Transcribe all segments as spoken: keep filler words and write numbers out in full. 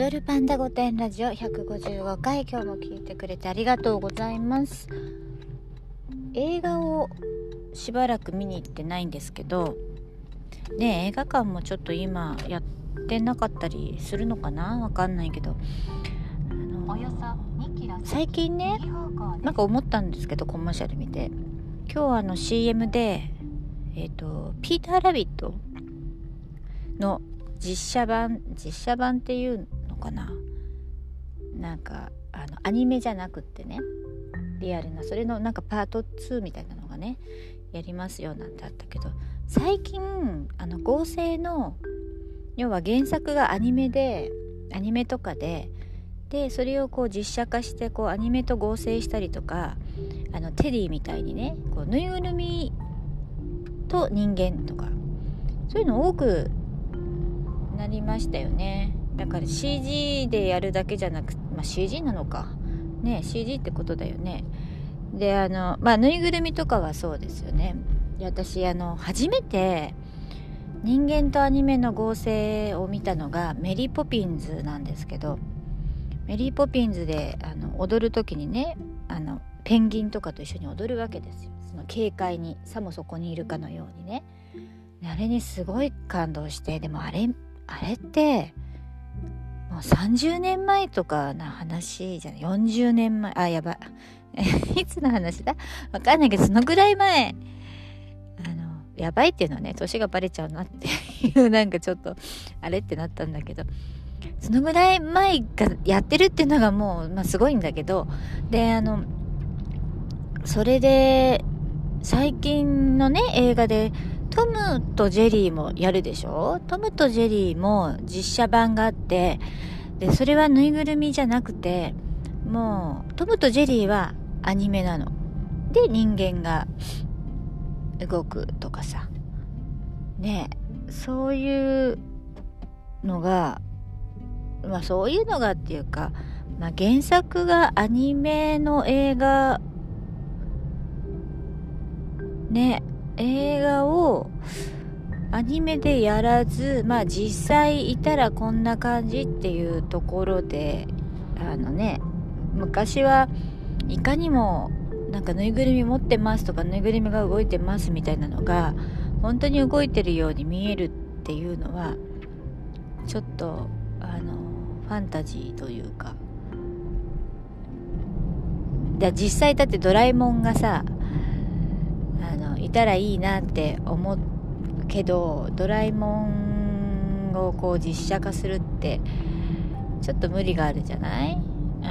踊るパンダ御殿ラジオひゃくごじゅうごかい、今日も聞いてくれてありがとうございます。映画をしばらく見に行ってないんですけどね、映画館もちょっと今やってなかったりするのかな、わかんないけど、あの最近ねなんか思ったんですけど、コマーシャル見て今日あの シーエム でえっとピーターラビットの実写版実写版っていうのかな、なんかあのアニメじゃなくってね、リアルなそれのなんかパートツーみたいなのがねやりますよなんてあったけど、最近あの合成の要は原作がアニメでアニメとかででそれをこう実写化してこうアニメと合成したりとか、あのテディみたいにねこうぬいぐるみと人間とかそういうの多くなりましたよね。だから シージー でやるだけじゃなく、まあ、シージー なのかね、 シージー ってことだよね。であのまあぬいぐるみとかはそうですよね。で私あの初めて人間とアニメの合成を見たのがメリーポピンズなんですけど、メリーポピンズであの踊る時にね、あのペンギンとかと一緒に踊るわけですよ。その軽快にさもそこにいるかのようにね。あれにすごい感動して、でもあれあれってもうさんじゅうねんまえとかな話じゃない、よんじゅうねんまえ、あやばいいつの話だわかんないけど、そのぐらい前、あのやばいっていうのはね年がバレちゃうなっていうなんかちょっとあれってなったんだけど、そのぐらい前がやってるっていうのがもう、まあ、すごいんだけど、であのそれで最近のね映画でトムとジェリーもやるでしょ。トムとジェリーも実写版があって、でそれはぬいぐるみじゃなくて、もうトムとジェリーはアニメなので、人間が動くとかさね、そういうのがまあそういうのがっていうか、まあ、原作がアニメの映画ね、映画をアニメでやらず、まあ実際いたらこんな感じっていうところで、あのね昔はいかにもなんかぬいぐるみ持ってますとかぬいぐるみが動いてますみたいなのが本当に動いてるように見えるっていうのはちょっとあのファンタジーというか、で実際だってドラえもんがさあのいたらいいなって思うけど、ドラえもんをこう実写化するってちょっと無理があるじゃない、うん、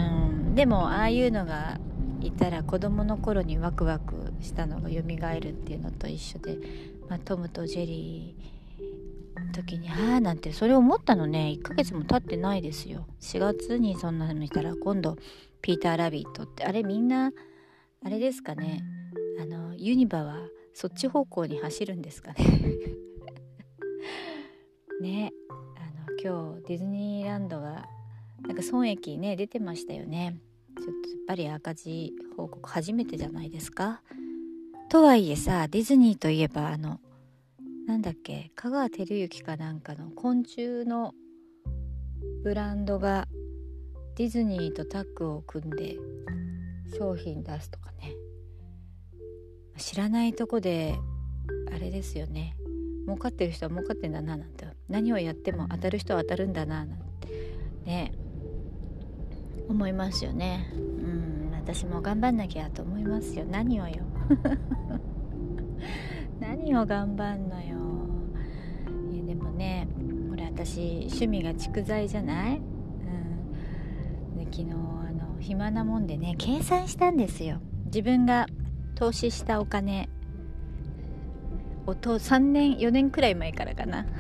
でもああいうのがいたら子供の頃にワクワクしたのが蘇るっていうのと一緒で、まあ、トムとジェリーの時にああなんてそれ思ったのね、いっかげつも経ってないですよ。しがつにそんなの見たら今度ピーターラビットって、あれみんなあれですかね、あのユニバはそっち方向に走るんですかねね、あの今日ディズニーランドがなんか損益ね出てましたよね。ちょっとやっぱり赤字報告初めてじゃないですか。とはいえさ、ディズニーといえばあのなんだっけ、香川照之かなんかの昆虫のブランドがディズニーとタッグを組んで商品出すとかね、知らないとこであれですよね、儲かってる人は儲かってんだななんて、何をやっても当たる人は当たるんだななんてね思いますよね。うん、私も頑張んなきゃと思いますよ。何をよ何を頑張んのよ。いやでもね、ほら私趣味が蓄財じゃない、うん、で昨日あの暇なもんでね計算したんですよ。自分が投資したお金をとさんねんよねんくらい前からかな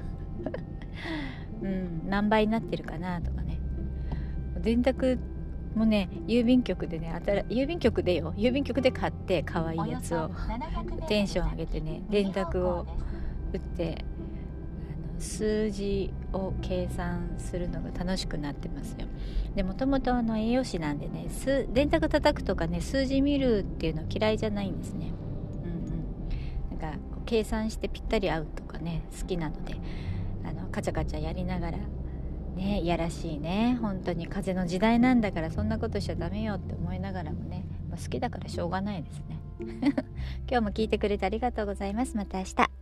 うん何倍になってるかなとかね、電卓もね郵便局でね新郵便局でよ郵便局で買って可愛いやつをテンション上げてね電卓を打ってあの数字を計算するのが楽しくなってますよ。でもともとあの栄養士なんでね、電卓叩くとかね数字見るっていうの嫌いじゃないんですね。うんうん、なんか計算してぴったり合うとかね好きなので、あのカチャカチャやりながらね、いやらしいね。本当に風の時代なんだからそんなことしちゃダメよって思いながらもね、まあ、好きだからしょうがないですね今日も聞いてくれてありがとうございます。また明日。